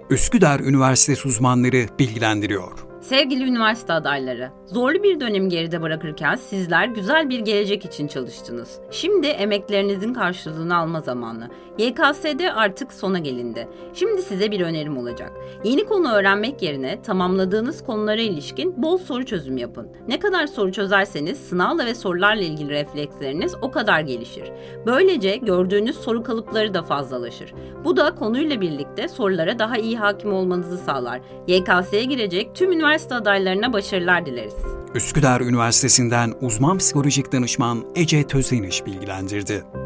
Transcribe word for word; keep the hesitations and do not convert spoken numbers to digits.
Üsküdar Üniversitesi uzmanları bilgilendiriyor. Sevgili üniversite adayları, zorlu bir dönemi geride bırakırken sizler güzel bir gelecek için çalıştınız. Şimdi emeklerinizin karşılığını alma zamanı. Y K S'de artık sona gelindi. Şimdi size bir önerim olacak. Yeni konu öğrenmek yerine tamamladığınız konulara ilişkin bol soru çözüm yapın. Ne kadar soru çözerseniz sınavla ve sorularla ilgili refleksleriniz o kadar gelişir. Böylece gördüğünüz soru kalıpları da fazlalaşır. Bu da konuyla birlikte sorulara daha iyi hakim olmanızı sağlar. Y K S'ye girecek tüm üniversite Üniversite adaylarına başarılar dileriz. Üsküdar Üniversitesi'nden uzman psikolojik danışman Ece Tözeniş bilgilendirdi.